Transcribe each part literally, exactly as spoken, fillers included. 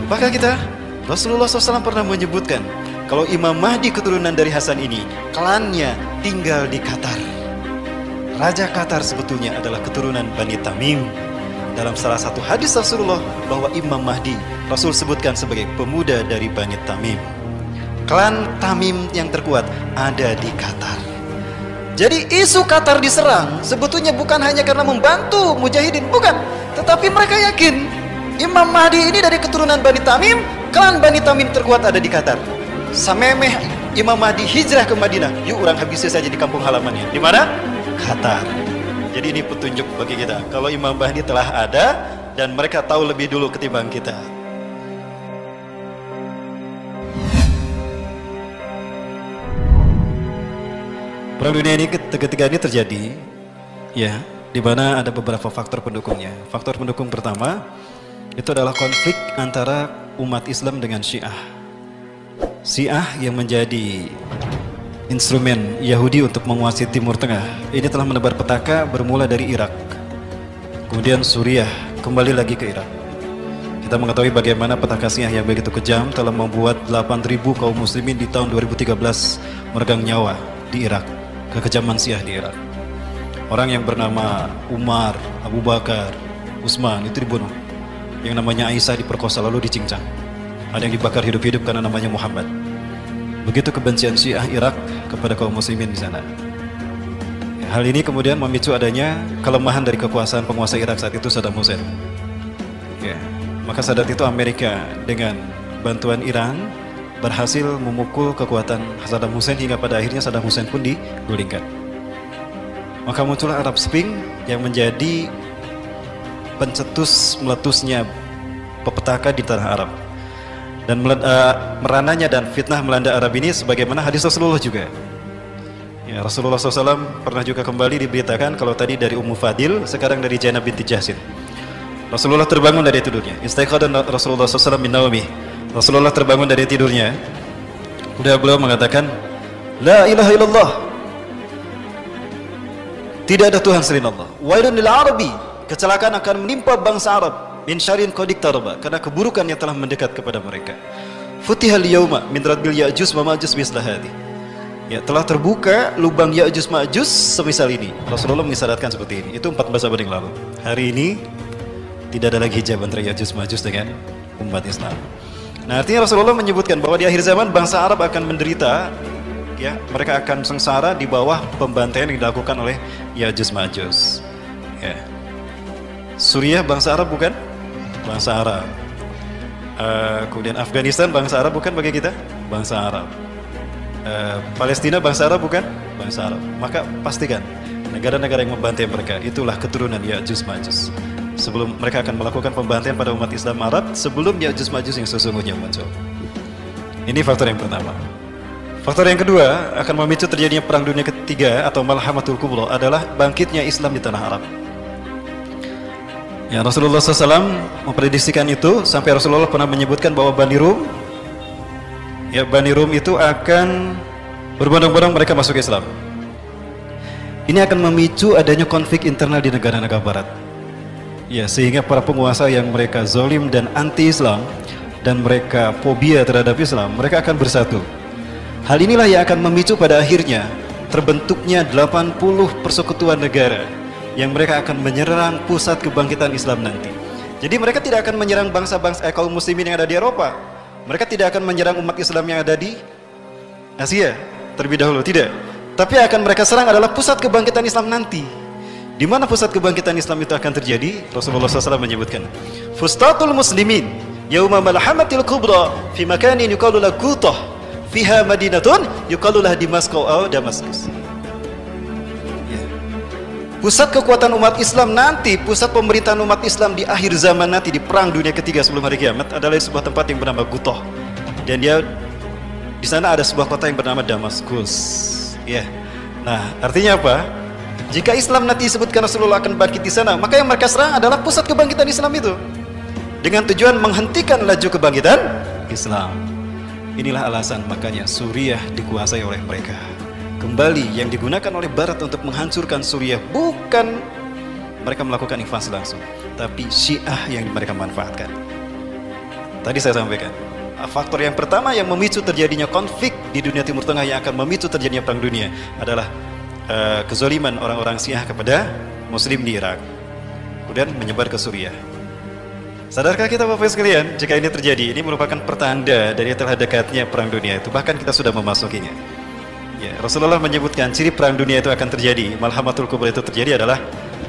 Maka kita, Rasulullah shallallahu alaihi wasallam pernah menyebutkan kalau Imam Mahdi keturunan dari Hasan ini, klannya tinggal di Qatar. Raja Qatar sebetulnya adalah keturunan Bani Tamim. Dalam salah satu hadis Rasulullah bahwa Imam Mahdi Rasul sebutkan sebagai pemuda dari Bani Tamim. Klan Tamim yang terkuat ada di Qatar. Jadi isu Qatar diserang sebetulnya bukan hanya karena membantu mujahidin, bukan. Tetapi mereka yakin Imam Mahdi ini dari keturunan Bani Tamim, klan Bani Tamim terkuat ada di Qatar. Samemeh Imam Mahdi hijrah ke Madinah, yuk orang habisnya saja di kampung halamannya. Di mana? Qatar. Jadi ini petunjuk bagi kita kalau Imam Mahdi telah ada dan mereka tahu lebih dulu ketimbang kita. Perang dunia ini ketika ini terjadi, ya, di mana ada beberapa faktor pendukungnya. Faktor pendukung pertama itu adalah konflik antara umat Islam dengan Syiah. Syiah yang menjadi instrumen Yahudi untuk menguasai Timur Tengah ini telah menebar petaka bermula dari Irak, kemudian Suriah, kembali lagi ke Irak. Kita mengetahui bagaimana petaka Syiah yang begitu kejam telah membuat delapan ribu kaum muslimin di tahun dua ribu tiga belas meregang nyawa di Irak. Kekejaman Syiah di Irak. Orang yang bernama Umar, Abu Bakar, Utsman itu dibunuh. Yang namanya Aisyah diperkosa lalu dicincang. Ada yang dibakar hidup-hidup karena namanya Muhammad. Begitu kebencian Syiah Irak kepada kaum muslimin di sana. Hal ini kemudian memicu adanya kelemahan dari kekuasaan penguasa Irak saat itu, Saddam Hussein. Ya, maka saat itu Amerika dengan bantuan Iran berhasil memukul kekuatan Saddam Hussein hingga pada akhirnya Saddam Hussein pun digulingkan. Maka muncullah Arab Spring yang menjadi pencetus meletusnya petaka di tanah Arab. Dan uh, merananya dan fitnah melanda Arab ini sebagaimana hadis Rasulullah juga. Ya, Rasulullah shallallahu alaihi wasallam pernah juga kembali diberitakan kalau tadi dari Ummu Fadil, sekarang dari Zainab binti Jahsin. Rasulullah terbangun dari tidurnya. Istaiqadha Rasulullah shallallahu alaihi wasallam min naumih. Rasulullah terbangun dari tidurnya. Kemudian beliau mengatakan, La ilaha illallah. Tidak ada Tuhan selain Allah. Wailun lil arabi. Kecelakaan akan menimpa bangsa Arab. Min syarrin qad iqtaraba. Karena keburukan yang telah mendekat kepada mereka. Futihal yauma min radbil ya'juj wa ma'juj misla hadhi. Ya, telah terbuka lubang Ya'juj Ma'juj semisal ini. Rasulullah mengisyaratkan seperti ini. Itu empat belas abad yang lalu. Hari ini tidak ada lagi hijab antara Ya'juj Ma'juj dengan umat Islam. Nah, artinya Rasulullah menyebutkan bahwa di akhir zaman bangsa Arab akan menderita, ya, mereka akan sengsara di bawah pembantaian yang dilakukan oleh Ya'juj Ma'juj. Ya. Suriah bangsa Arab bukan? Bangsa Arab. Uh, kemudian Afghanistan bangsa Arab bukan bagi kita? Bangsa Arab. Uh, Palestina bangsa Arab bukan? Bangsa Arab. Maka pastikan negara-negara yang membantai mereka itulah keturunan Ya'juj Ma'juj. Sebelum mereka akan melakukan pembantaian pada umat Islam Arab sebelum Ya'juj Ma'juj yang sesungguhnya muncul. Ini faktor yang pertama. Faktor yang kedua akan memicu terjadinya perang dunia ketiga atau Malhamatul Kubra adalah bangkitnya Islam di tanah Arab. Ya, Rasulullah shallallahu alaihi wasallam memprediksikan itu sampai Rasulullah pernah menyebutkan bahwa Bani Rum, ya, Bani Rum itu akan berbondong-bondong mereka masuk Islam. Ini akan memicu adanya konflik internal di negara-negara Barat. Ya, sehingga para penguasa yang mereka zalim dan anti-Islam dan mereka fobia terhadap Islam, mereka akan bersatu. Hal inilah yang akan memicu pada akhirnya terbentuknya delapan puluh persekutuan negara yang mereka akan menyerang pusat kebangkitan Islam nanti. Jadi mereka tidak akan menyerang bangsa-bangsa eh, kaum muslimin yang ada di Eropa. Mereka tidak akan menyerang umat Islam yang ada di Asia terlebih dahulu, tidak. Tapi akan mereka serang adalah pusat kebangkitan Islam nanti. Di mana pusat kebangkitan Islam itu akan terjadi? Rasulullah shallallahu alaihi wasallam menyebutkan, Fustatul muslimin yauma malhamatil kubra fi makanin yuqalu lahu Qutah fiha madinatun yuqalu laha Damaskus atau Damaskus. Ya. Pusat kekuatan umat Islam nanti, pusat pemerintahan umat Islam di akhir zaman nanti, di perang dunia ketiga sebelum hari kiamat adalah sebuah tempat yang bernama Qutah. Dan dia di sana ada sebuah kota yang bernama Damaskus. Ya. Nah, artinya apa? Jika Islam nanti disebutkan Rasulullah akan bangkit di sana, maka yang mereka serang adalah pusat kebangkitan Islam itu, dengan tujuan menghentikan laju kebangkitan Islam. Inilah alasan makanya Suriah dikuasai oleh mereka. Kembali yang digunakan oleh Barat untuk menghancurkan Suriah bukan mereka melakukan invasi langsung, tapi Syiah yang mereka manfaatkan. Tadi saya sampaikan, faktor yang pertama yang memicu terjadinya konflik di dunia Timur Tengah, yang akan memicu terjadinya perang dunia adalah uh, kezaliman orang-orang Syiah kepada Muslim di Irak, kemudian menyebar ke Suriah. Sadarkah kita Bapak sekalian, jika ini terjadi, ini merupakan pertanda dari telah dekatnya perang dunia itu, bahkan kita sudah memasukinya. Ya, Rasulullah menyebutkan ciri perang dunia itu akan terjadi, malhamatul kubra itu terjadi adalah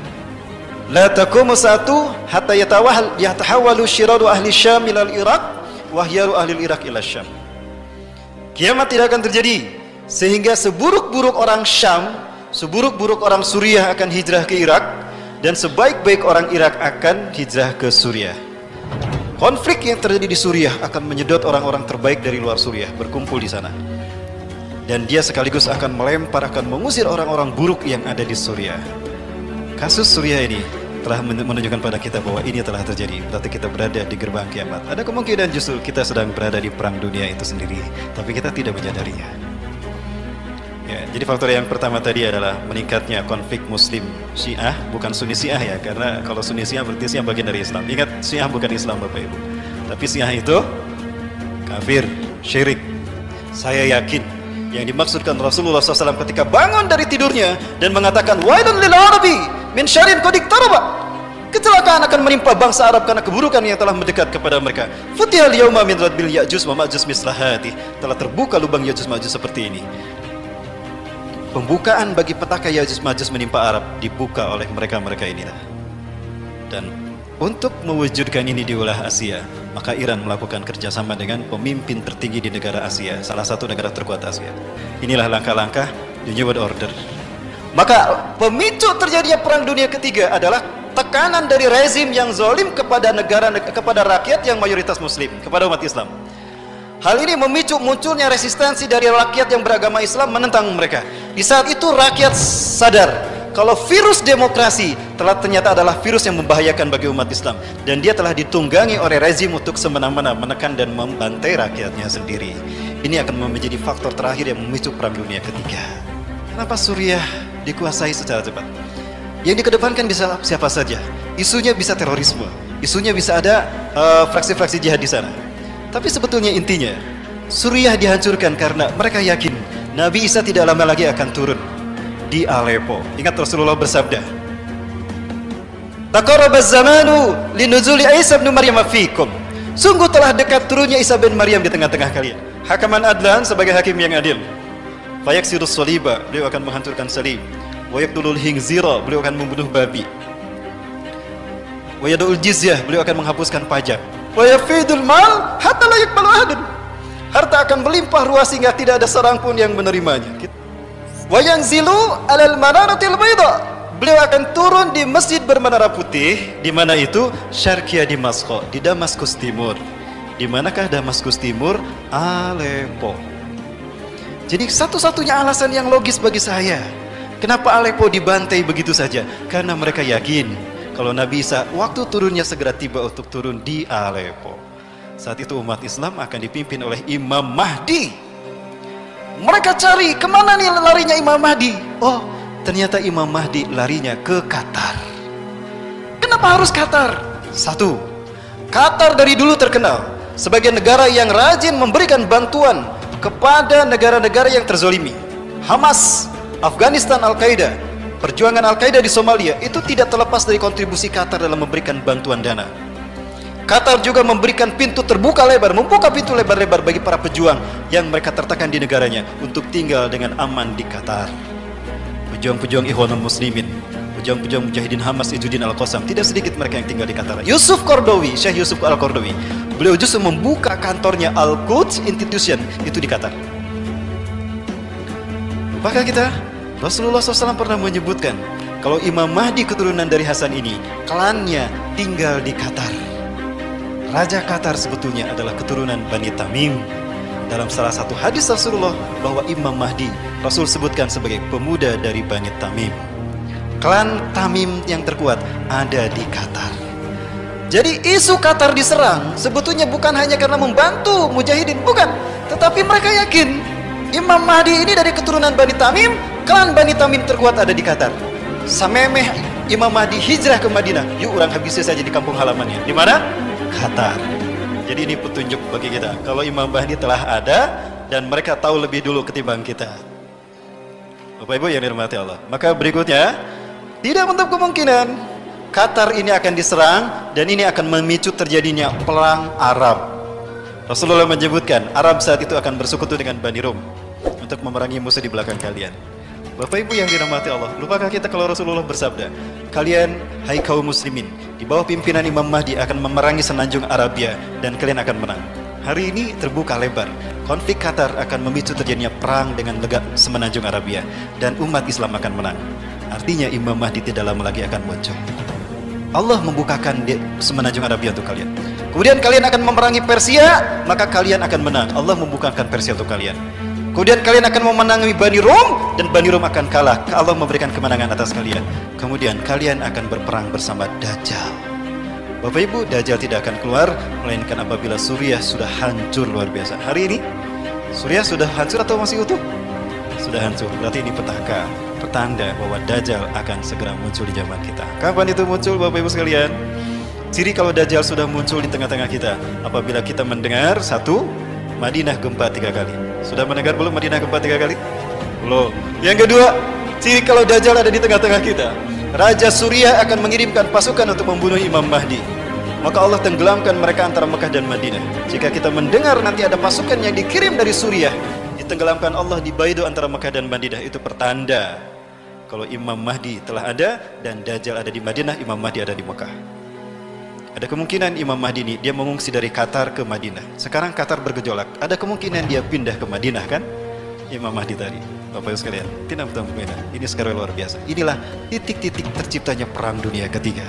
la taqumu satu hatta yatawahal yatahawalu syiradu ahli Syam ila al-Iraq wa hyaru ahli al-Iraq ila Syam. Kiamat tidak akan terjadi sehingga seburuk-buruk orang Syam, seburuk-buruk orang Suriah akan hijrah ke Irak, dan sebaik-baik orang Irak akan hijrah ke Suriah. Konflik yang terjadi di Suriah akan menyedot orang-orang terbaik dari luar Suriah berkumpul di sana, dan dia sekaligus akan melempar, akan mengusir orang-orang buruk yang ada di Suriah. Kasus Suriah ini telah menunjukkan pada kita bahwa ini telah terjadi, berarti kita berada di gerbang kiamat. Ada kemungkinan justru kita sedang berada di perang dunia itu sendiri, tapi kita tidak menyadarinya. Ya, jadi faktor yang pertama tadi adalah meningkatnya konflik Muslim Syiah, bukan Sunni Syiah ya, karena kalau Sunni Syiah berarti Syiah bagian dari Islam. Ingat, Syiah bukan Islam Bapak Ibu, tapi Syiah itu kafir, syirik. Saya yakin yang dimaksudkan Rasulullah shallallahu alaihi wasallam ketika bangun dari tidurnya dan mengatakan wailun lil arabi min syarrin qad iqtaraba, kecelakaan akan menimpa bangsa Arab karena keburukan yang telah mendekat kepada mereka. Futihal yauma min radbil ya'juj wa ma'juj mislahati, telah terbuka lubang Ya'juj Ma'juj seperti ini. Pembukaan bagi petaka Ya'juj Ma'juj menimpa Arab dibuka oleh mereka-mereka ini. Dan untuk mewujudkan ini di wilayah Asia, maka Iran melakukan kerjasama dengan pemimpin tertinggi di negara Asia, salah satu negara terkuat Asia. Inilah langkah-langkah the New World Order. Maka pemicu terjadinya perang dunia ketiga adalah tekanan dari rezim yang zalim kepada negara, kepada rakyat yang mayoritas Muslim, kepada umat Islam. Hal ini memicu munculnya resistensi dari rakyat yang beragama Islam menentang mereka. Di saat itu rakyat sadar kalau virus demokrasi telah ternyata adalah virus yang membahayakan bagi umat Islam, dan dia telah ditunggangi oleh rezim untuk semena-mena menekan dan membantai rakyatnya sendiri. Ini akan menjadi faktor terakhir yang memicu perang dunia ketiga. Kenapa Suriah dikuasai secara cepat? Yang dikedepankan bisa siapa saja. Isunya bisa terorisme, isunya bisa ada fraksi-fraksi uh, jihad di sana. Tapi sebetulnya intinya Suriah dihancurkan karena mereka yakin Nabi Isa tidak lama lagi akan turun di Aleppo. Ingat Rasulullah bersabda, taqarrabaz zamanu linuzuli Isa bin Maryam fiikum. Sungguh telah dekat turunnya Isa bin Maryam di tengah-tengah kalian. Hakaman adlan, sebagai hakim yang adil. Fayaksirus saliba, beliau akan menghancurkan salib. Wa yaqtulul khinzira, beliau akan membunuh babi. Wa yadul jizyah, beliau akan menghapuskan pajak. Wa yafidul mal hatta la yaqbalu ahadun, harta akan melimpah ruas sehingga tidak ada seorang pun yang menerimanya. Wa yanzilu alal manaratil bayda, beliau akan turun di masjid bermenara putih. Di mana itu? Syarqiyah Damaskus, di Damaskus Timur. Di manakah Damaskus Timur? Aleppo. Jadi satu-satunya alasan yang logis bagi saya, kenapa Aleppo dibantai begitu saja? Karena mereka yakin kalau Nabi Isa waktu turunnya segera tiba untuk turun di Aleppo. Saat itu umat Islam akan dipimpin oleh Imam Mahdi. Mereka cari kemana nih larinya Imam Mahdi? Oh, ternyata Imam Mahdi larinya ke Qatar. Kenapa harus Qatar? Satu, Qatar dari dulu terkenal sebagai negara yang rajin memberikan bantuan kepada negara-negara yang terzolimi. Hamas, Afghanistan, Al-Qaeda, perjuangan Al-Qaeda di Somalia itu tidak terlepas dari kontribusi Qatar dalam memberikan bantuan dana. Qatar juga memberikan pintu terbuka lebar, membuka pintu lebar-lebar bagi para pejuang yang mereka tertekan di negaranya untuk tinggal dengan aman di Qatar. Pejuang-pejuang Ikhwanul Muslimin, pejuang-pejuang Mujahidin Hamas, Izzuddin Al-Qassam, tidak sedikit mereka yang tinggal di Qatar. Yusuf Qaradawi, Syekh Yusuf Al-Qaradawi, beliau justru membuka kantornya Al-Quds Institution itu di Qatar. Maka kita, Rasulullah shallallahu alaihi wasallam pernah menyebutkan kalau Imam Mahdi keturunan dari Hasan ini, klannya tinggal di Qatar. Raja Qatar sebetulnya adalah keturunan Bani Tamim. Dalam salah satu hadis Rasulullah bahwa Imam Mahdi Rasul sebutkan sebagai pemuda dari Bani Tamim. Klan Tamim yang terkuat ada di Qatar. Jadi isu Qatar diserang sebetulnya bukan hanya karena membantu mujahidin, bukan, tetapi mereka yakin Imam Mahdi ini dari keturunan Bani Tamim, klan Bani Tamim terkuat ada di Qatar. Samemeh Imam Mahdi hijrah ke Madinah, yuk orang habisnya saja di kampung halamannya. Di mana? Qatar. Jadi ini petunjuk bagi kita. Kalau Imam Mahdi telah ada dan mereka tahu lebih dulu ketimbang kita. Bapak Ibu yang dirahmati Allah. Maka berikutnya, tidak menutup kemungkinan Qatar ini akan diserang dan ini akan memicu terjadinya perang Arab. Rasulullah menyebutkan Arab saat itu akan bersekutu dengan Bani Rum untuk memerangi musuh di belakang kalian. Bapak Ibu yang dirahmati Allah, lupakah kita kalau Rasulullah bersabda, kalian hai kaum muslimin di bawah pimpinan Imam Mahdi akan memerangi semenanjung Arabia dan kalian akan menang. Hari ini terbuka lebar, konflik Qatar akan memicu terjadinya perang dengan lega semenanjung Arabia dan umat Islam akan menang. Artinya Imam Mahdi tidak lama lagi akan muncul. Allah membukakan di semenanjung Arabia untuk kalian. Kemudian kalian akan memerangi Persia, maka kalian akan menang. Allah membukakan Persia untuk kalian. Kemudian kalian akan memenangi Bani Rum dan Bani Rum akan kalah. Allah memberikan kemenangan atas kalian. Kemudian kalian akan berperang bersama Dajjal. Bapak Ibu, Dajjal tidak akan keluar melainkan apabila Suriah sudah hancur luar biasa. Hari ini Suriah sudah hancur atau masih utuh? Sudah hancur. Berarti ini petaka, petanda bahwa Dajjal akan segera muncul di zaman kita. Kapan itu muncul Bapak Ibu sekalian? Ciri kalau Dajjal sudah muncul di tengah-tengah kita apabila kita mendengar satu, Madinah gempa tiga kali. Sudah mendengar belum Madinah gempa tiga kali? Belum. Yang kedua, ciri kalau Dajjal ada di tengah-tengah kita, Raja Suriah akan mengirimkan pasukan untuk membunuh Imam Mahdi. Maka Allah tenggelamkan mereka antara Mekah dan Madinah. Jika kita mendengar nanti ada pasukan yang dikirim dari Suriah, ditenggelamkan Allah di Baido antara Mekah dan Madinah, itu pertanda kalau Imam Mahdi telah ada dan Dajjal ada di Madinah, Imam Mahdi ada di Mekah. Ada kemungkinan Imam Mahdi ini dia mengungsi dari Qatar ke Madinah. Sekarang Qatar bergejolak. Ada kemungkinan dia pindah ke Madinah kan? Imam Mahdi tadi. Bapak Ibu sekalian, tidak betul-betul. Ini sekarang luar biasa. Inilah titik-titik terciptanya perang dunia ketiga.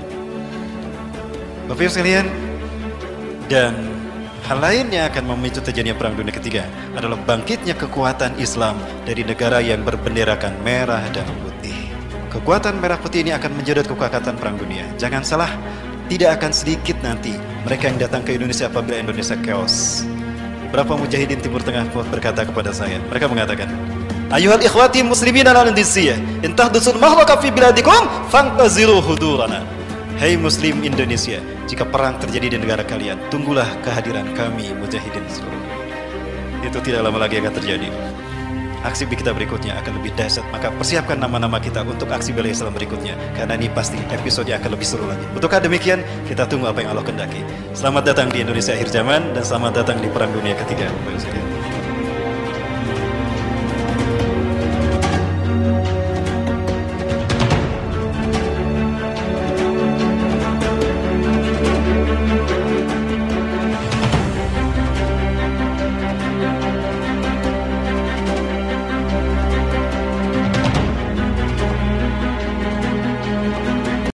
Bapak Ibu sekalian, dan hal lain yang akan memicu terjadinya perang dunia ketiga adalah bangkitnya kekuatan Islam dari negara yang berbenderakan merah dan putih. Kekuatan merah putih ini akan menjadi kekuatan perang dunia. Jangan salah, tidak akan sedikit nanti mereka yang datang ke Indonesia apabila Indonesia chaos. Berapa mujahidin Timur Tengah berkata kepada saya, mereka mengatakan, ayuhal ikhwati muslimin al-Indonesia, intah dusun mahlaka fi biladikum fantaziru hudurana. Hai muslim Indonesia, jika perang terjadi di negara kalian, tunggulah kehadiran kami mujahidin seluruh. Itu tidak lama lagi akan terjadi. Aksi kita berikutnya akan lebih dahsyat, maka persiapkan nama-nama kita untuk aksi bela Islam berikutnya, karena ini pasti episode akan lebih seru lagi. Betulkah demikian? Kita tunggu apa yang Allah kehendaki. Selamat datang di Indonesia akhir zaman dan selamat datang di perang dunia ketiga.